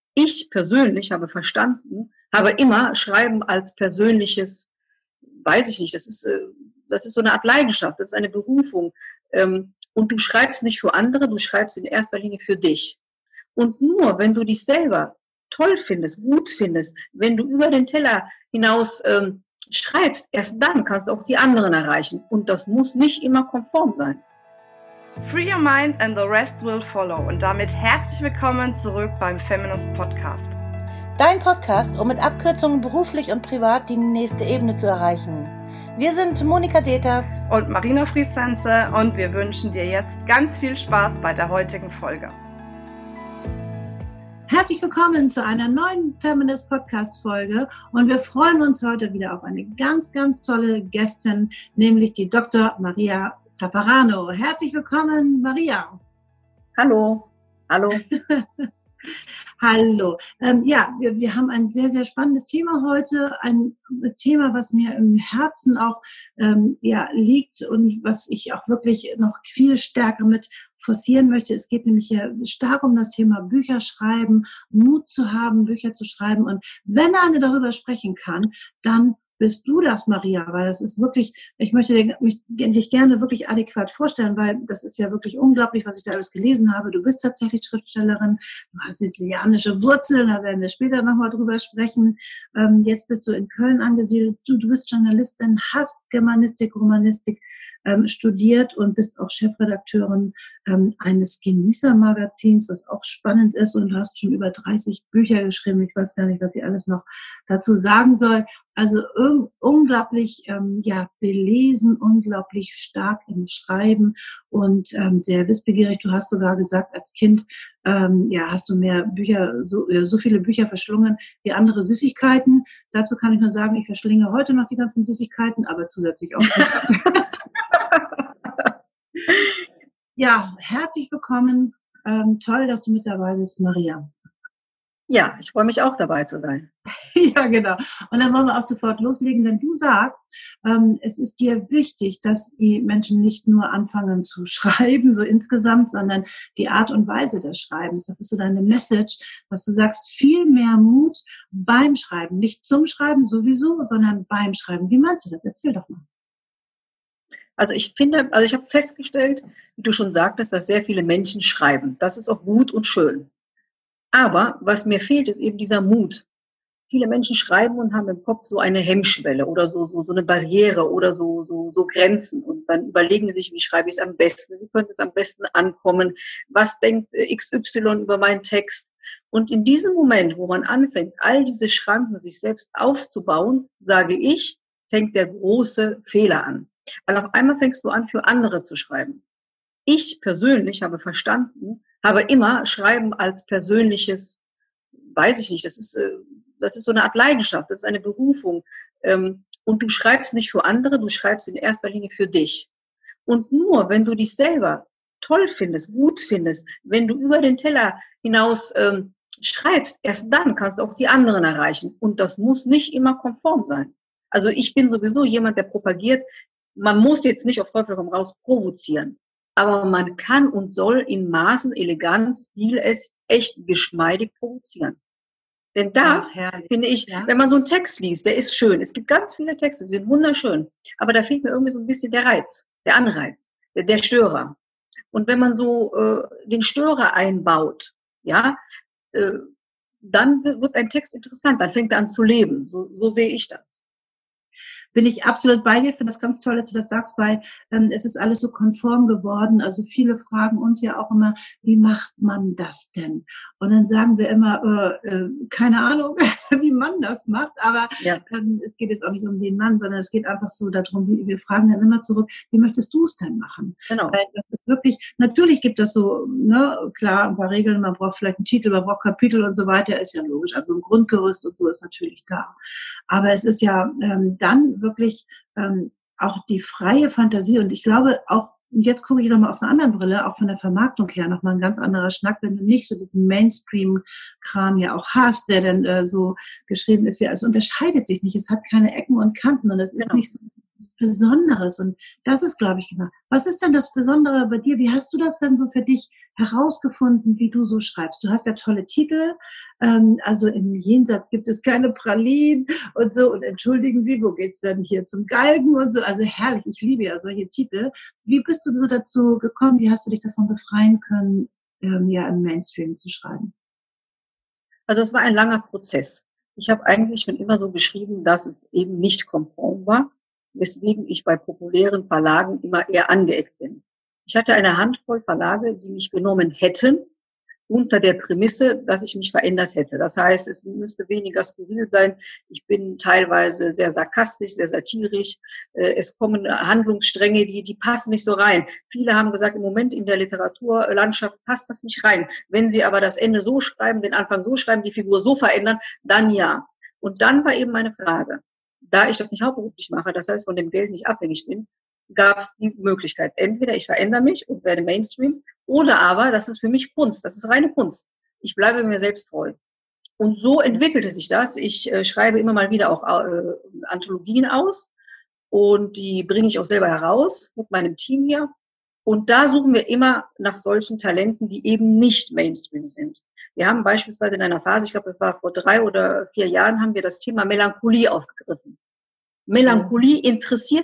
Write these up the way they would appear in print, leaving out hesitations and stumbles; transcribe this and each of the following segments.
Ich persönlich habe verstanden, habe immer Schreiben als persönliches, weiß ich nicht, das ist so eine Art Leidenschaft, das ist eine Berufung. Und du schreibst nicht für andere, du schreibst in erster Linie für dich. Und nur wenn du dich selber toll findest, gut findest, wenn du über den Teller hinaus schreibst, erst dann kannst du auch die anderen erreichen. Und das muss nicht immer konform sein. Free your mind and the rest will follow. Und damit herzlich willkommen zurück beim Feminist Podcast. Dein Podcast, um mit Abkürzungen beruflich und privat die nächste Ebene zu erreichen. Wir sind Monika Deters und Marina Friesense und wir wünschen dir jetzt ganz viel Spaß bei der heutigen Folge. Herzlich willkommen zu einer neuen Feminist Podcast Folge und wir freuen uns heute wieder auf eine ganz, ganz tolle Gästin, nämlich die Dr. Maria Zapparano. Herzlich willkommen, Maria. Hallo. Hallo. Hallo. Wir haben ein sehr, sehr spannendes Thema heute. Ein Thema, was mir im Herzen auch liegt und was ich auch wirklich noch viel stärker mit forcieren möchte. Es geht nämlich hier stark um das Thema Bücher schreiben, Mut zu haben, Bücher zu schreiben. Und wenn eine darüber sprechen kann, dann bist du das, Maria, weil das ist wirklich, ich möchte dich gerne wirklich adäquat vorstellen, weil das ist ja wirklich unglaublich, was ich da alles gelesen habe. Du bist tatsächlich Schriftstellerin, du hast sizilianische Wurzeln, da werden wir später nochmal drüber sprechen. Jetzt bist du in Köln angesiedelt, du bist Journalistin, hast Germanistik, Romanistik studiert und bist auch Chefredakteurin eines Genießermagazins, was auch spannend ist, und du hast schon über 30 Bücher geschrieben. Ich weiß gar nicht, was ich alles noch dazu sagen soll. Also unglaublich belesen, unglaublich stark im Schreiben und sehr wissbegierig. Du hast sogar gesagt, als Kind hast du mehr Bücher, so viele Bücher verschlungen wie andere Süßigkeiten. Dazu kann ich nur sagen, ich verschlinge heute noch die ganzen Süßigkeiten, aber zusätzlich auch Bücher. Ja, herzlich willkommen. Toll, dass du mit dabei bist, Maria. Ja, ich freue mich auch, dabei zu sein. Ja, genau. Und dann wollen wir auch sofort loslegen, denn du sagst, es ist dir wichtig, dass die Menschen nicht nur anfangen zu schreiben, so insgesamt, sondern die Art und Weise des Schreibens. Das ist so deine Message, dass du sagst, viel mehr Mut beim Schreiben. Nicht zum Schreiben sowieso, sondern beim Schreiben. Wie meinst du das? Erzähl doch mal. Also ich habe festgestellt, wie du schon sagtest, dass sehr viele Menschen schreiben. Das ist auch gut und schön. Aber was mir fehlt, ist eben dieser Mut. Viele Menschen schreiben und haben im Kopf so eine Hemmschwelle oder so eine Barriere oder so Grenzen. Und dann überlegen sie sich, wie schreibe ich es am besten? Wie könnte es am besten ankommen? Was denkt XY über meinen Text? Und in diesem Moment, wo man anfängt, all diese Schranken sich selbst aufzubauen, sage ich, fängt der große Fehler an. Weil auf einmal fängst du an, für andere zu schreiben. Ich persönlich habe verstanden, habe immer Schreiben als persönliches, weiß ich nicht, das ist so eine Art Leidenschaft, das ist eine Berufung. Und du schreibst nicht für andere, du schreibst in erster Linie für dich. Und nur wenn du dich selber toll findest, gut findest, wenn du über den Teller hinaus schreibst, erst dann kannst du auch die anderen erreichen. Und das muss nicht immer konform sein. Also ich bin sowieso jemand, der propagiert, man muss jetzt nicht auf Teufel komm raus provozieren. Aber man kann und soll in Maßen, Eleganz, Stil, echt geschmeidig provozieren. Denn das, finde ich, wenn man so einen Text liest, der ist schön. Es gibt ganz viele Texte, die sind wunderschön. Aber da fehlt mir irgendwie so ein bisschen der Reiz, der Anreiz, der Störer. Und wenn man so den Störer einbaut, dann wird ein Text interessant, dann fängt er an zu leben. So sehe ich das. Bin ich absolut bei dir. Ich finde das ganz toll, dass du das sagst, weil es ist alles so konform geworden. Also viele fragen uns ja auch immer, wie macht man das denn? Und dann sagen wir immer, keine Ahnung, wie man das macht. Aber es geht jetzt auch nicht um den Mann, sondern es geht einfach so darum, wir fragen dann immer zurück, wie möchtest du es denn machen? Genau. Weil das ist wirklich, natürlich gibt es so, klar, ein paar Regeln, man braucht vielleicht einen Titel, man braucht Kapitel und so weiter, ist ja logisch. Also ein Grundgerüst und so ist natürlich da. Aber es ist ja dann wirklich auch die freie Fantasie, und ich glaube auch, jetzt gucke ich nochmal aus einer anderen Brille, auch von der Vermarktung her nochmal ein ganz anderer Schnack, wenn du nicht so diesen Mainstream-Kram ja auch hast, der dann so geschrieben ist, wie es unterscheidet sich nicht, es hat keine Ecken und Kanten und es ist nicht so Besonderes. Und das ist, glaube ich, genau. Was ist denn das Besondere bei dir? Wie hast du das denn so für dich herausgefunden, wie du so schreibst? Du hast ja tolle Titel. Also im Jenseits gibt es keine Pralinen und so. Und entschuldigen Sie, wo geht's denn hier zum Galgen und so? Also herrlich. Ich liebe ja solche Titel. Wie bist du so dazu gekommen? Wie hast du dich davon befreien können, ja, im Mainstream zu schreiben? Also es war ein langer Prozess. Ich habe eigentlich schon immer so geschrieben, dass es eben nicht konform war, weswegen ich bei populären Verlagen immer eher angeeckt bin. Ich hatte eine Handvoll Verlage, die mich genommen hätten, unter der Prämisse, dass ich mich verändert hätte. Das heißt, es müsste weniger skurril sein. Ich bin teilweise sehr sarkastisch, sehr satirisch. Es kommen Handlungsstränge, die passen nicht so rein. Viele haben gesagt, im Moment in der Literaturlandschaft passt das nicht rein. Wenn Sie aber das Ende so schreiben, den Anfang so schreiben, die Figur so verändern, dann ja. Und dann war eben meine Frage, da ich das nicht hauptberuflich mache, das heißt, von dem Geld nicht abhängig bin, gab es die Möglichkeit, entweder ich verändere mich und werde Mainstream, oder aber, das ist für mich Kunst, das ist reine Kunst. Ich bleibe mir selbst treu. Und so entwickelte sich das. Ich schreibe immer mal wieder auch Anthologien aus und die bringe ich auch selber heraus mit meinem Team hier. Und da suchen wir immer nach solchen Talenten, die eben nicht Mainstream sind. Wir haben beispielsweise in einer Phase, ich glaube, das war vor 3 oder 4 Jahren, haben wir das Thema Melancholie aufgegriffen. Melancholie interessiert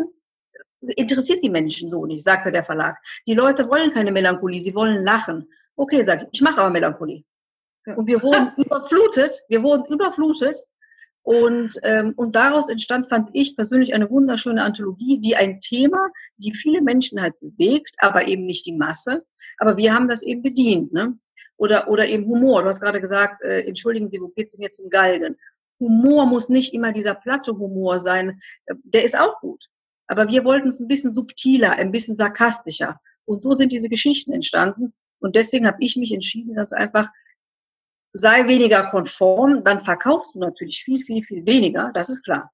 die Menschen so nicht, sagte der Verlag. Die Leute wollen keine Melancholie, sie wollen lachen. Okay, sag ich mache aber Melancholie. Und wir wurden überflutet. Und daraus entstand, fand ich persönlich, eine wunderschöne Anthologie, die ein Thema, die viele Menschen halt bewegt, aber eben nicht die Masse. Aber wir haben das eben bedient, ne? Oder eben Humor. Du hast gerade gesagt, entschuldigen Sie, wo geht's denn jetzt um Galgen? Humor muss nicht immer dieser platte Humor sein. Der ist auch gut. Aber wir wollten es ein bisschen subtiler, ein bisschen sarkastischer. Und so sind diese Geschichten entstanden. Und deswegen habe ich mich entschieden, ganz einfach, sei weniger konform, dann verkaufst du natürlich viel, viel, viel weniger, das ist klar.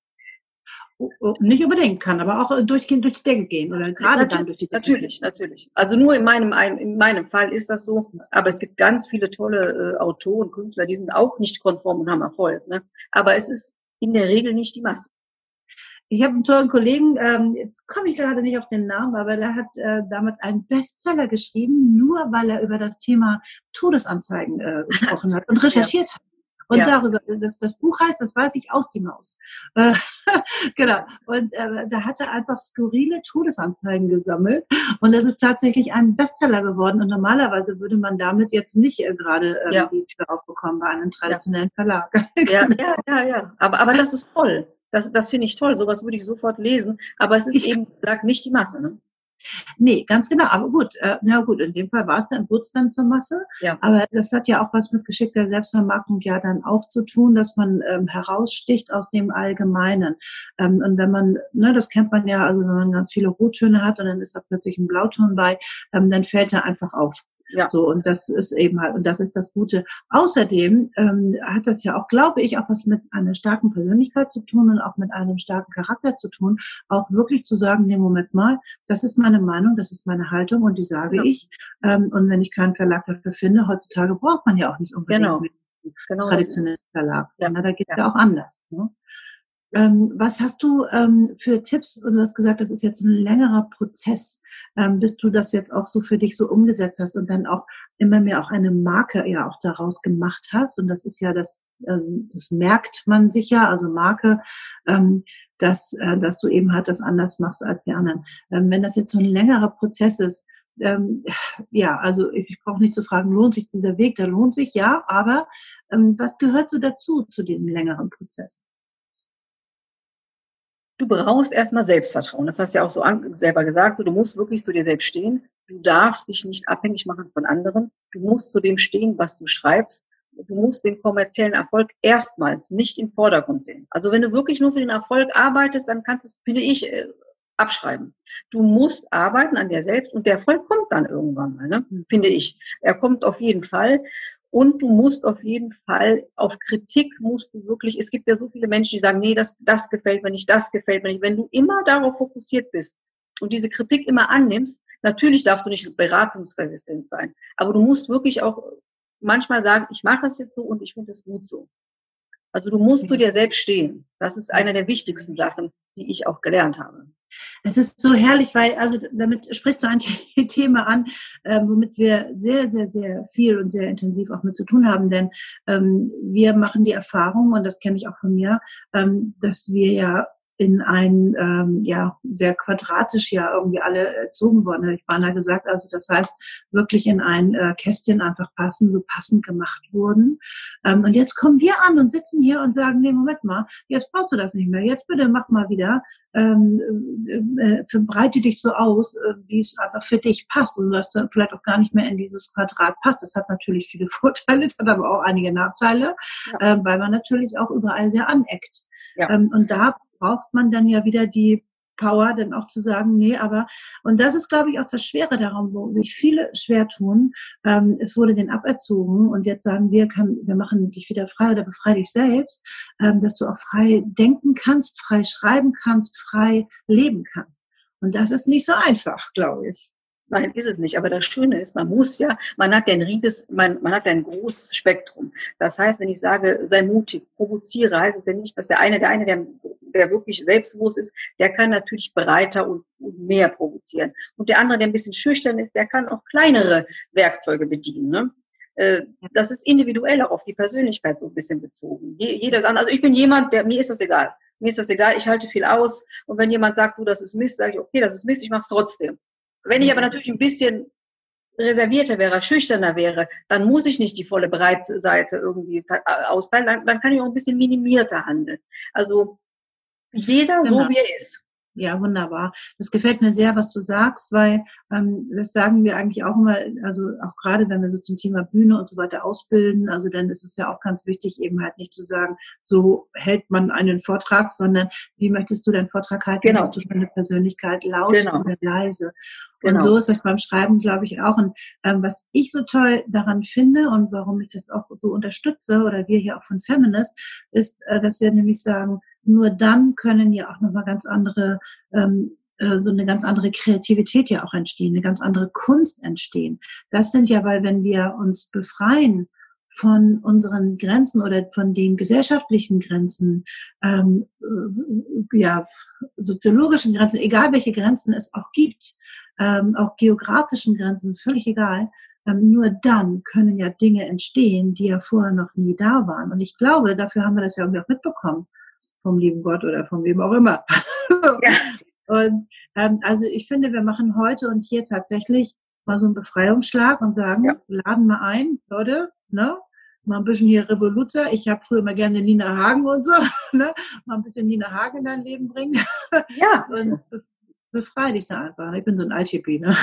Nicht unbedingt, kann aber auch durch die Decke gehen oder gerade dann durch die Decke. Natürlich. Also nur in meinem Fall ist das so, aber es gibt ganz viele tolle Autoren, Künstler, die sind auch nicht konform und haben Erfolg, ne? Aber es ist in der Regel nicht die Masse. Ich habe einen tollen Kollegen, jetzt komme ich gerade nicht auf den Namen, aber der hat damals einen Bestseller geschrieben, nur weil er über das Thema Todesanzeigen gesprochen hat und recherchiert hat. Und darüber, das Buch heißt, das weiß ich, Aus die Maus. Genau. Und da hat er einfach skurrile Todesanzeigen gesammelt. Und das ist tatsächlich ein Bestseller geworden. Und normalerweise würde man damit jetzt nicht gerade die Tür aufbekommen bei einem traditionellen Verlag. Ja. Aber das ist toll. Das finde ich toll. Sowas würde ich sofort lesen. Aber es ist eben, sagt nicht die Masse, ne? Nee, ganz genau. Aber gut, in dem Fall wurde es dann zur Masse. Ja. Aber das hat ja auch was mit geschickter Selbstvermarktung ja dann auch zu tun, dass man heraussticht aus dem Allgemeinen. Und wenn man, das kennt man ja, also wenn man ganz viele Rottöne hat und dann ist da plötzlich ein Blauton bei, dann fällt er einfach auf. Ja. So, und das ist eben halt, und das ist das Gute. Außerdem hat das ja auch, glaube ich, auch was mit einer starken Persönlichkeit zu tun und auch mit einem starken Charakter zu tun, auch wirklich zu sagen, nee, Moment mal, das ist meine Meinung, das ist meine Haltung und die sage ich. Und wenn ich keinen Verlag dafür finde, heutzutage braucht man ja auch nicht unbedingt einen traditionellen Verlag. Ja. Da geht es ja auch anders. Ne? Was hast du für Tipps? Und du hast gesagt, das ist jetzt ein längerer Prozess, bis du das jetzt auch so für dich so umgesetzt hast und dann auch immer mehr auch eine Marke ja auch daraus gemacht hast. Und das ist ja das merkt man sich ja, also Marke, dass du eben halt das anders machst als die anderen. Wenn das jetzt so ein längerer Prozess ist, also ich brauche nicht zu fragen, lohnt sich dieser Weg? Der lohnt sich, ja, aber was gehört so dazu, zu diesem längeren Prozess? Du brauchst erstmal Selbstvertrauen. Das hast du ja auch so selber gesagt. So, du musst wirklich zu dir selbst stehen. Du darfst dich nicht abhängig machen von anderen. Du musst zu dem stehen, was du schreibst. Du musst den kommerziellen Erfolg erstmals nicht im Vordergrund sehen. Also wenn du wirklich nur für den Erfolg arbeitest, dann kannst du es, finde ich, abschreiben. Du musst arbeiten an dir selbst und der Erfolg kommt dann irgendwann mal, ne? Finde ich. Er kommt auf jeden Fall. Und du musst auf jeden Fall, auf Kritik musst du wirklich, es gibt ja so viele Menschen, die sagen, nee, das gefällt mir nicht, das gefällt mir nicht. Wenn du immer darauf fokussiert bist und diese Kritik immer annimmst, natürlich darfst du nicht beratungsresistent sein, aber du musst wirklich auch manchmal sagen, ich mache es jetzt so und ich finde es gut so. Also du musst zu dir selbst stehen. Das ist eine der wichtigsten Sachen, die ich auch gelernt habe. Es ist so herrlich, weil, also damit sprichst du ein Thema an, womit wir sehr, sehr, sehr viel und sehr intensiv auch mit zu tun haben, denn wir machen die Erfahrung, und das kenne ich auch von mir, dass wir ja in ein, sehr quadratisch ja irgendwie alle erzogen worden, habe ich beinahe gesagt. Also das heißt, wirklich in ein Kästchen einfach passen, so passend gemacht wurden. Und jetzt kommen wir an und sitzen hier und sagen, nee, Moment mal, jetzt brauchst du das nicht mehr. Jetzt bitte mach mal wieder, verbreite dich so aus, wie es einfach für dich passt und was dann vielleicht auch gar nicht mehr in dieses Quadrat passt. Das hat natürlich viele Vorteile, es hat aber auch einige Nachteile, weil man natürlich auch überall sehr aneckt. Ja. Und da braucht man dann ja wieder die Power, dann auch zu sagen, nee, aber, und das ist, glaube ich, auch das Schwere daran, wo sich viele schwer tun. Es wurde denen aberzogen und jetzt sagen wir machen dich wieder frei oder befrei dich selbst, dass du auch frei denken kannst, frei schreiben kannst, frei leben kannst. Und das ist nicht so einfach, glaube ich. Nein, ist es nicht. Aber das Schöne ist, man hat ja man hat ein großes Spektrum. Das heißt, wenn ich sage, sei mutig, provoziere, heißt es ja nicht, dass der eine, der wirklich selbstbewusst ist, der kann natürlich breiter und mehr provozieren. Und der andere, der ein bisschen schüchtern ist, der kann auch kleinere Werkzeuge bedienen, ne? Das ist individuell auch auf die Persönlichkeit so ein bisschen bezogen. Jeder sagt, also ich bin jemand, mir ist das egal. Mir ist das egal, ich halte viel aus. Und wenn jemand sagt, du, das ist Mist, sage ich, okay, das ist Mist, ich mache es trotzdem. Wenn ich aber natürlich ein bisschen reservierter wäre, schüchterner wäre, dann muss ich nicht die volle Breitseite irgendwie austeilen, dann kann ich auch ein bisschen minimierter handeln. Also jeder so, wie er ist. Ja, wunderbar. Das gefällt mir sehr, was du sagst, weil das sagen wir eigentlich auch immer, also auch gerade wenn wir so zum Thema Bühne und so weiter ausbilden, also dann ist es ja auch ganz wichtig, eben halt nicht zu sagen, so hält man einen Vortrag, sondern wie möchtest du deinen Vortrag halten? Genau. Bist du für eine Persönlichkeit laut oder leise? Und Genau. so ist das beim Schreiben, glaube ich, auch. Und was ich so toll daran finde und warum ich das auch so unterstütze oder wir hier auch von Feminist, ist, dass wir nämlich sagen, nur dann können ja auch nochmal ganz andere, so eine ganz andere Kreativität ja auch entstehen, eine ganz andere Kunst entstehen. Das sind ja, weil wenn wir uns befreien von unseren Grenzen oder von den gesellschaftlichen Grenzen, soziologischen Grenzen, egal welche Grenzen es auch gibt, auch geografischen Grenzen, völlig egal, nur dann können ja Dinge entstehen, die ja vorher noch nie da waren. Und ich glaube, dafür haben wir das ja irgendwie auch mitbekommen. Vom lieben Gott oder von wem auch immer. Ja. Und also ich finde, wir machen heute und hier tatsächlich mal so einen Befreiungsschlag und sagen, laden mal ein, Leute, ne? Mal ein bisschen hier Revolution. Ich habe früher mal gerne Nina Hagen und so, ne? Mal ein bisschen Nina Hagen in dein Leben bringen. Ja. Und befreie dich da einfach. Ich bin so ein Althippie, ne?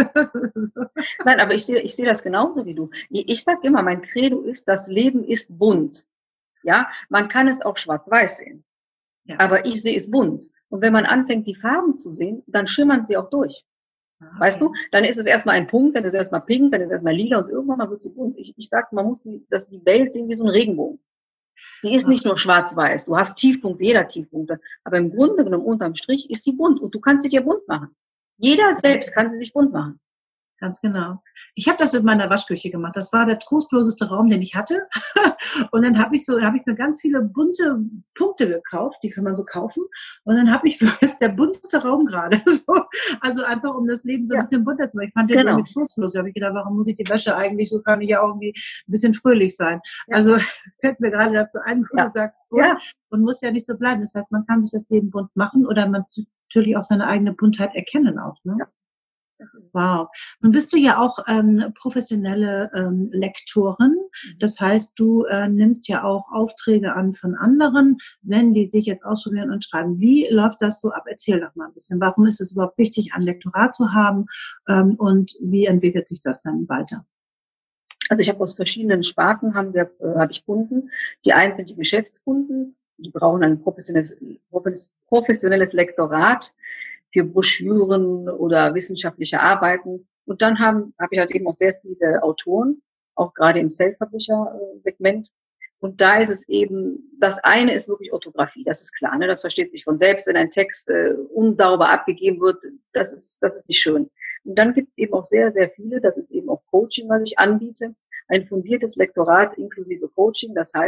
Nein, aber ich sehe das genauso wie du. Ich sage immer, mein Credo ist, das Leben ist bunt. Ja, man kann es auch schwarz-weiß sehen. Ja. Aber ich sehe es bunt. Und wenn man anfängt, die Farben zu sehen, dann schimmern sie auch durch. Okay. Weißt du? Dann ist es erstmal ein Punkt, dann ist es erstmal pink, dann ist es erstmal lila und irgendwann mal wird sie bunt. Ich sage, man muss die Welt sehen wie so ein Regenbogen. Sie ist nicht nur schwarz-weiß. Du hast Tiefpunkte, jeder Tiefpunkte. Aber im Grunde genommen, unterm Strich, ist sie bunt. Und du kannst sie dir bunt machen. Jeder selbst kann sie sich bunt machen. Ganz genau. Ich habe das mit meiner Waschküche gemacht. Das war der trostloseste Raum, den ich hatte. Und dann habe ich mir ganz viele bunte Punkte gekauft, die kann man so kaufen. Und dann ist der bunteste Raum gerade. So. Also einfach, um das Leben so ein bisschen bunter zu machen. Ich fand den irgendwie trostlos. Da habe ich gedacht, warum muss ich die Wäsche eigentlich, so kann ich ja auch irgendwie ein bisschen fröhlich sein. Ja. Also fällt mir gerade dazu ein, wo du sagst, und muss ja nicht so bleiben. Das heißt, man kann sich das Leben bunt machen oder man natürlich auch seine eigene Buntheit erkennen auch. Ne? Ja. Wow. Nun bist du ja auch professionelle Lektorin. Das heißt, du nimmst ja auch Aufträge an von anderen, wenn die sich jetzt ausprobieren und schreiben. Wie läuft das so ab? Erzähl doch mal ein bisschen. Warum ist es überhaupt wichtig, ein Lektorat zu haben und wie entwickelt sich das dann weiter? Also ich habe aus verschiedenen Sparten habe ich Kunden. Die einen sind die Geschäftskunden, die brauchen ein professionelles Lektorat für Broschüren oder wissenschaftliche Arbeiten. Und dann habe ich halt eben auch sehr viele Autoren, auch gerade im Self-Publisher-Segment. Und da ist es eben, das eine ist wirklich Orthographie, das ist klar, ne? Das versteht sich von selbst, wenn ein Text unsauber abgegeben wird, das ist nicht schön. Und dann gibt es eben auch sehr, sehr viele, das ist eben auch Coaching, was ich anbiete, ein fundiertes Lektorat inklusive Coaching. Das heißt,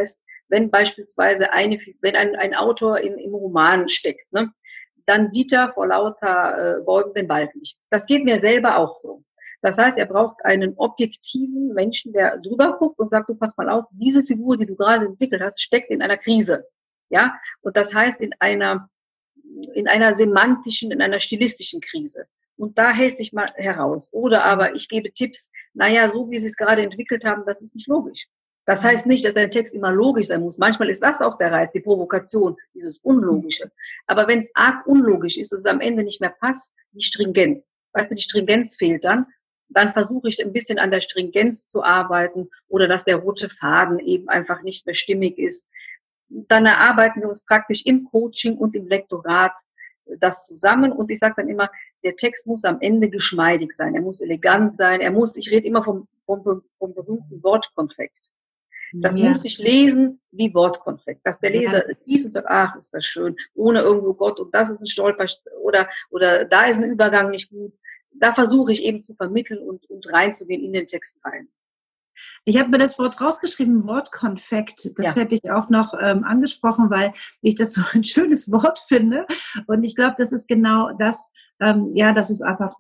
wenn beispielsweise wenn ein Autor im Roman steckt, ne, dann sieht er vor lauter Bäumen den Wald nicht. Das geht mir selber auch so. Das heißt, er braucht einen objektiven Menschen, der drüber guckt und sagt, du pass mal auf, diese Figur, die du gerade entwickelt hast, steckt in einer Krise. Ja, und das heißt in einer semantischen, in einer stilistischen Krise. Und da helfe ich mal heraus. Oder aber ich gebe Tipps, naja, so wie Sie es gerade entwickelt haben, das ist nicht logisch. Das heißt nicht, dass ein Text immer logisch sein muss. Manchmal ist das auch der Reiz, die Provokation, dieses Unlogische. Aber wenn es arg unlogisch ist, dass es am Ende nicht mehr passt, die Stringenz. Weißt du, die Stringenz fehlt dann versuche ich ein bisschen an der Stringenz zu arbeiten oder dass der rote Faden eben einfach nicht mehr stimmig ist. Dann erarbeiten wir uns praktisch im Coaching und im Lektorat das zusammen und ich sage dann immer, der Text muss am Ende geschmeidig sein, er muss elegant sein, ich rede immer vom berühmten Wortkonfekt. Das muss sich lesen wie Wortkonfekt, dass der Leser es liest und sagt, ach, ist das schön, ohne irgendwo Gott und das ist ein Stolper oder da ist ein Übergang nicht gut. Da versuche ich eben zu vermitteln und reinzugehen in den Text rein. Ich habe mir das Wort rausgeschrieben, Wortkonfekt. Das hätte ich auch noch angesprochen, weil ich das so ein schönes Wort finde. Und ich glaube, das ist genau das, das ist einfach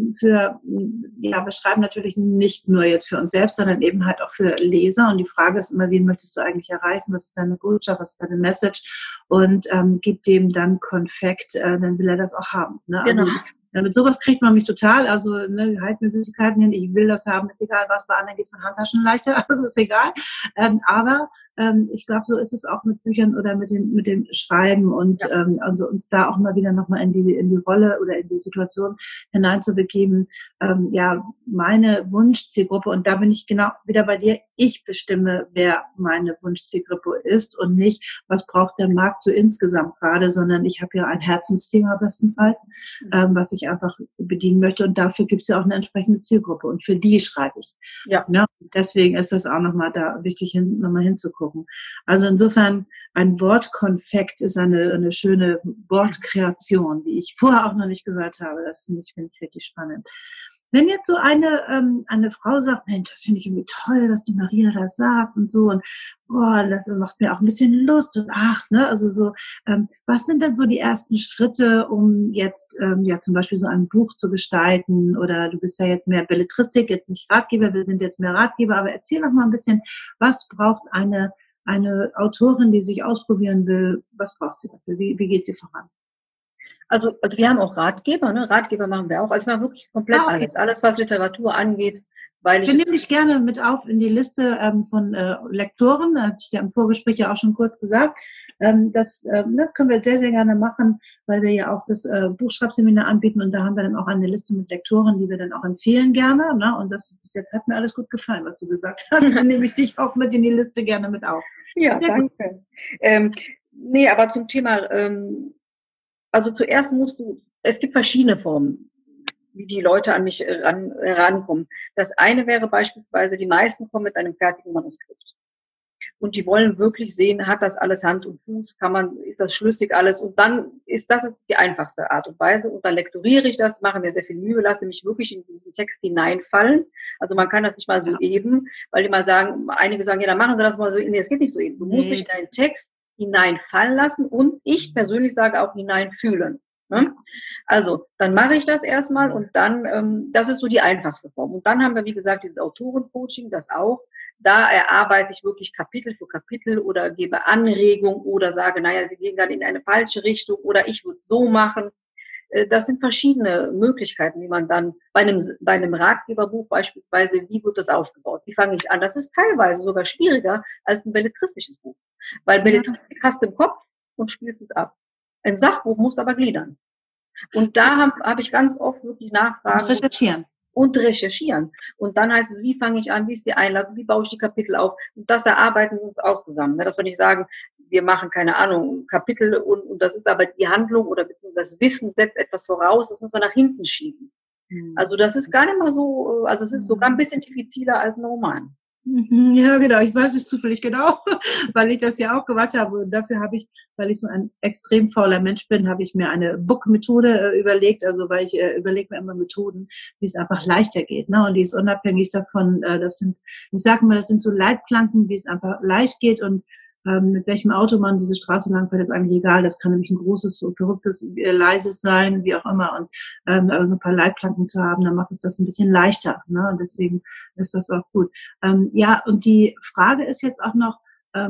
wir schreiben natürlich nicht nur jetzt für uns selbst, sondern eben halt auch für Leser. Und die Frage ist immer, wen möchtest du eigentlich erreichen? Was ist deine Botschaft? Was ist deine Message? Und gib dem dann Konfekt, dann will er das auch haben. Ne? Genau. Also, mit sowas kriegt man mich total, also halt mir Süßigkeiten hin, ich will das haben, ist egal was, bei anderen geht es mit Handtaschen leichter, also ist egal. Aber ich glaube, so ist es auch mit Büchern oder mit dem Schreiben und also uns da auch mal wieder nochmal in die Rolle oder in die Situation hineinzubegeben. Meine Wunschzielgruppe, und da bin ich genau wieder bei dir, ich bestimme, wer meine Wunschzielgruppe ist und nicht, was braucht der Markt so insgesamt gerade, sondern ich habe ja ein Herzensthema bestenfalls, was ich einfach bedienen möchte und dafür gibt es ja auch eine entsprechende Zielgruppe und für die schreibe ich. Ja. Deswegen ist das auch nochmal da wichtig, nochmal hinzugucken. Also insofern, ein Wortkonfekt ist eine schöne Wortkreation, die ich vorher auch noch nicht gehört habe. Das finde ich richtig spannend. Wenn jetzt so eine Frau sagt, Mensch, das finde ich irgendwie toll, dass die Maria das sagt und so und das macht mir auch ein bisschen Lust und also so, was sind denn so die ersten Schritte, um jetzt zum Beispiel so ein Buch zu gestalten oder du bist ja jetzt mehr Belletristik, jetzt nicht Ratgeber, wir sind jetzt mehr Ratgeber, aber erzähl doch mal ein bisschen, was braucht eine Autorin, die sich ausprobieren will, was braucht sie dafür, wie geht sie voran? Also wir haben auch Ratgeber, ne? Ratgeber machen wir auch. Also wir machen wirklich komplett alles, was Literatur angeht. Wir nehmen dich gerne mit auf in die Liste von Lektoren, das hatte ich ja im Vorgespräch ja auch schon kurz gesagt. Das können wir sehr, sehr gerne machen, weil wir ja auch das Buchschreibseminar anbieten und da haben wir dann auch eine Liste mit Lektoren, die wir dann auch empfehlen gerne. Ne? Und das bis jetzt hat mir alles gut gefallen, was du gesagt hast. Dann nehme ich dich auch mit in die Liste gerne mit auf. Ja, sehr danke. Aber zum Thema also zuerst es gibt verschiedene Formen, wie die Leute an mich herankommen. Das eine wäre beispielsweise, die meisten kommen mit einem fertigen Manuskript. Und die wollen wirklich sehen, hat das alles Hand und Fuß, ist das schlüssig alles? Und dann das ist die einfachste Art und Weise. Und dann lektoriere ich das, mache mir sehr viel Mühe, lasse mich wirklich in diesen Text hineinfallen. Also man kann das nicht mal so eben, weil die mal sagen, einige sagen, ja, dann machen Sie das mal so. Nee, das geht nicht so eben. Du musst dich in deinen Text hineinfallen lassen und ich persönlich sage auch hineinfühlen. Ne? Also, dann mache ich das erstmal und dann, das ist so die einfachste Form. Und dann haben wir, wie gesagt, dieses Autorencoaching, das auch. Da erarbeite ich wirklich Kapitel für Kapitel oder gebe Anregungen oder sage, naja, Sie gehen gerade in eine falsche Richtung oder ich würde es so machen. Das sind verschiedene Möglichkeiten, wie man dann bei einem Ratgeberbuch beispielsweise, wie wird das aufgebaut? Wie fange ich an? Das ist teilweise sogar schwieriger als ein belletristisches Buch. Weil Belletristik hast du im Kopf und spielst es ab. Ein Sachbuch muss aber gliedern. Und da habe ich ganz oft wirklich Nachfragen. Und recherchieren. Und dann heißt es, wie fange ich an, wie ist die Einladung, wie baue ich die Kapitel auf? Und das erarbeiten wir uns auch zusammen. Dass wir nicht sagen, wir machen, keine Ahnung, Kapitel und das ist aber die Handlung oder beziehungsweise das Wissen setzt etwas voraus, das muss man nach hinten schieben. Also das ist gar nicht mal so, also es ist sogar ein bisschen diffiziler als ein Roman. Ja, genau. Ich weiß es zufällig genau, weil ich das ja auch gemacht habe. Und dafür habe ich, weil ich so ein extrem fauler Mensch bin, habe ich mir eine Book-Methode überlegt. Also weil ich überlege mir immer Methoden, wie es einfach leichter geht. Ne? Und die ist unabhängig davon. Ich sage mal, das sind so Leitplanken, wie es einfach leicht geht. Und Mit welchem Auto man diese Straße langfährt, ist eigentlich egal. Das kann nämlich ein großes, so verrücktes, leises sein, wie auch immer. Und aber so ein paar Leitplanken zu haben, dann macht es das ein bisschen leichter. Ne? Und deswegen ist das auch gut. Ja, und die Frage ist jetzt auch noch,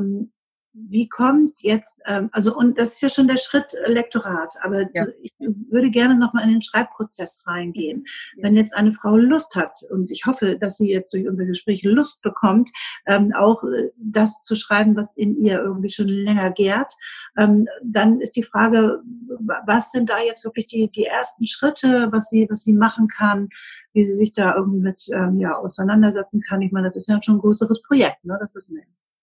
wie kommt jetzt, und das ist ja schon der Schritt Lektorat, aber Ja. ich würde gerne nochmal in den Schreibprozess reingehen. Wenn jetzt eine Frau Lust hat, und ich hoffe, dass sie jetzt durch unser Gespräch Lust bekommt, auch das zu schreiben, was in ihr irgendwie schon länger gärt, dann ist die Frage, was sind da jetzt wirklich die ersten Schritte, was sie machen kann, wie sie sich da irgendwie mit auseinandersetzen kann. Ich meine, das ist ja schon ein größeres Projekt, ne? Das wissen wir.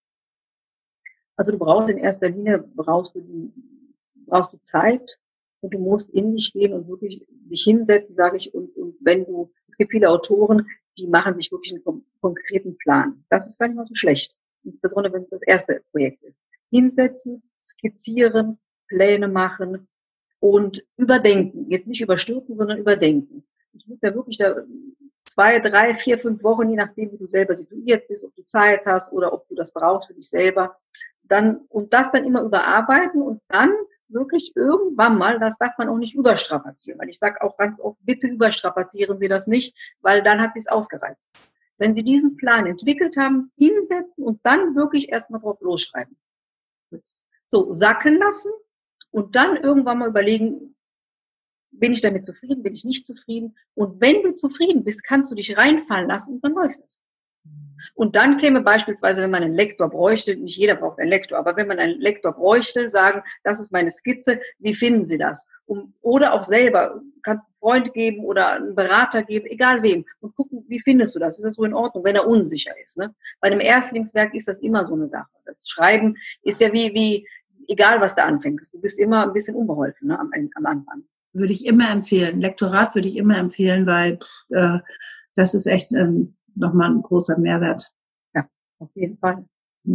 Also du brauchst in erster Linie, brauchst du Zeit und du musst in dich gehen und wirklich dich hinsetzen, sage ich, und es gibt viele Autoren, die machen sich wirklich einen konkreten Plan. Das ist gar nicht mal so schlecht, insbesondere wenn es das erste Projekt ist. Hinsetzen, skizzieren, Pläne machen und überdenken. Jetzt nicht überstürzen, sondern überdenken. Ich muss ja wirklich da 2, 3, 4, 5 Wochen, je nachdem, wie du selber situiert bist, ob du Zeit hast oder ob du das brauchst für dich selber, das dann immer überarbeiten und dann wirklich irgendwann mal, das darf man auch nicht überstrapazieren, weil ich sage auch ganz oft, bitte überstrapazieren Sie das nicht, weil dann hat sich's ausgereizt. Wenn Sie diesen Plan entwickelt haben, hinsetzen und dann wirklich erstmal drauf losschreiben. So, sacken lassen und dann irgendwann mal überlegen, bin ich damit zufrieden, bin ich nicht zufrieden? Und wenn du zufrieden bist, kannst du dich reinfallen lassen und dann läuft es. Und dann käme beispielsweise, wenn man einen Lektor bräuchte, nicht jeder braucht einen Lektor, aber wenn man einen Lektor bräuchte, sagen, das ist meine Skizze, wie finden Sie das? Oder auch selber, kannst einen Freund geben oder einen Berater geben, egal wem, und gucken, wie findest du das? Ist das so in Ordnung, wenn er unsicher ist? Ne? Bei einem Erstlingswerk ist das immer so eine Sache. Das Schreiben ist ja wie egal was da anfängst, du bist immer ein bisschen unbeholfen, ne, am Anfang. Würde ich immer empfehlen. Lektorat würde ich immer empfehlen, weil das ist echt nochmal ein großer Mehrwert. Ja, auf jeden Fall.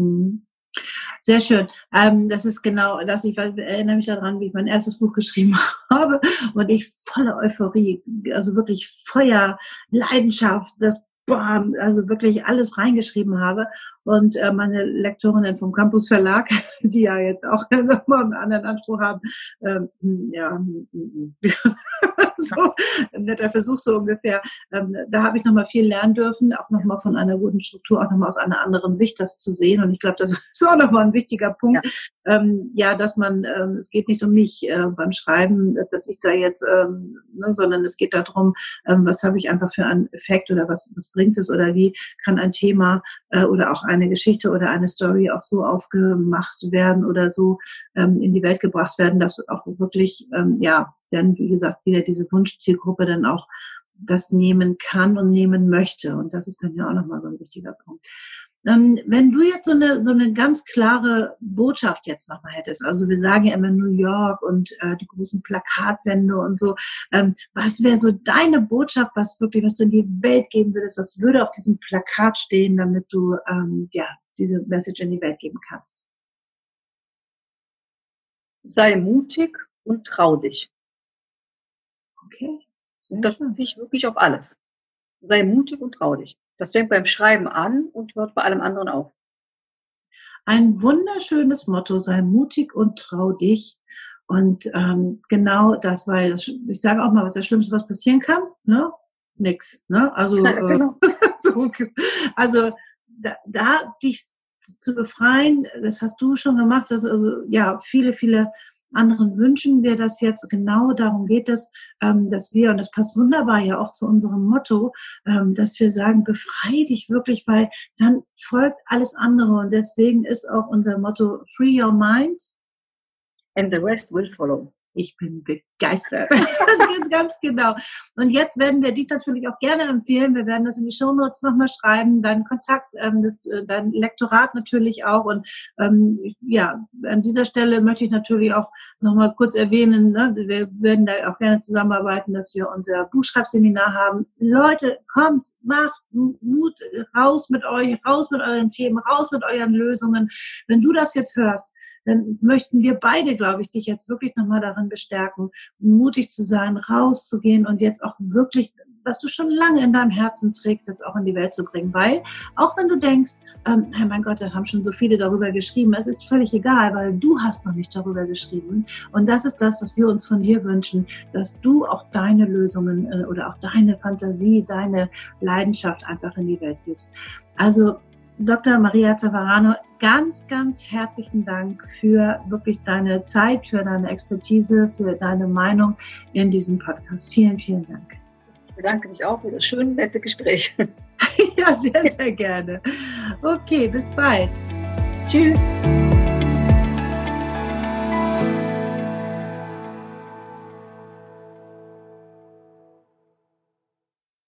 Sehr schön. Das ist genau das. Ich erinnere mich daran, wie ich mein erstes Buch geschrieben habe und ich voller Euphorie, also wirklich Feuer, Leidenschaft, also wirklich alles reingeschrieben habe. Und meine Lektorinnen vom Campus Verlag, die ja jetzt auch nochmal einen anderen Anspruch haben, so ein netter Versuch so ungefähr. Da habe ich nochmal viel lernen dürfen, auch nochmal von einer guten Struktur, auch nochmal aus einer anderen Sicht das zu sehen. Und ich glaube, das ist auch nochmal ein wichtiger Punkt. Ja, dass man, es geht nicht um mich beim Schreiben, dass ich da jetzt, sondern es geht darum, was habe ich einfach für einen Effekt oder was bringt es oder wie kann ein Thema oder auch eine Geschichte oder eine Story auch so aufgemacht werden oder so in die Welt gebracht werden, dass auch wirklich, dann, wie gesagt, wieder diese Wunschzielgruppe dann auch das nehmen kann und nehmen möchte. Und das ist dann ja auch nochmal so ein wichtiger Punkt. Wenn du jetzt so eine ganz klare Botschaft jetzt nochmal hättest, also wir sagen ja immer New York und die großen Plakatwände und so, was wäre so deine Botschaft, was du in die Welt geben würdest, was würde auf diesem Plakat stehen, damit du diese Message in die Welt geben kannst? Sei mutig und trau dich. Okay. Das beziehe ich wirklich auf alles. Sei mutig und trau dich. Das fängt beim Schreiben an und hört bei allem anderen auf. Ein wunderschönes Motto, sei mutig und trau dich. Und genau das, weil ich sage auch mal, was das Schlimmste, was passieren kann, ne? Nix. Ne? Also, Genau. also da dich zu befreien, das hast du schon gemacht. Viele anderen wünschen wir das jetzt. Genau darum geht es, dass wir, und das passt wunderbar ja auch zu unserem Motto, dass wir sagen, befreie dich wirklich, weil dann folgt alles andere. Und deswegen ist auch unser Motto Free Your Mind. And the rest will follow. Ich bin begeistert. Ganz genau. Und jetzt werden wir dich natürlich auch gerne empfehlen. Wir werden das in die Shownotes nochmal schreiben, deinen Kontakt, dein Lektorat natürlich auch. Und an dieser Stelle möchte ich natürlich auch nochmal kurz erwähnen, ne? Wir werden da auch gerne zusammenarbeiten, dass wir unser Buchschreibseminar haben. Leute, kommt, macht Mut, raus mit euch, raus mit euren Themen, raus mit euren Lösungen. Wenn du das jetzt hörst, dann möchten wir beide, glaube ich, dich jetzt wirklich nochmal darin bestärken, mutig zu sein, rauszugehen und jetzt auch wirklich was du schon lange in deinem Herzen trägst, jetzt auch in die Welt zu bringen. Weil, auch wenn du denkst, mein Gott, da haben schon so viele darüber geschrieben, es ist völlig egal, weil du hast noch nicht darüber geschrieben. Und das ist das, was wir uns von dir wünschen, dass du auch deine Lösungen oder auch deine Fantasie, deine Leidenschaft einfach in die Welt gibst. Also Dr. Maria Zavarrano, ganz, ganz herzlichen Dank für wirklich deine Zeit, für deine Expertise, für deine Meinung in diesem Podcast. Vielen, vielen Dank. Ich bedanke mich auch für das schöne, nette Gespräch. Ja, sehr, sehr gerne. Okay, bis bald. Tschüss.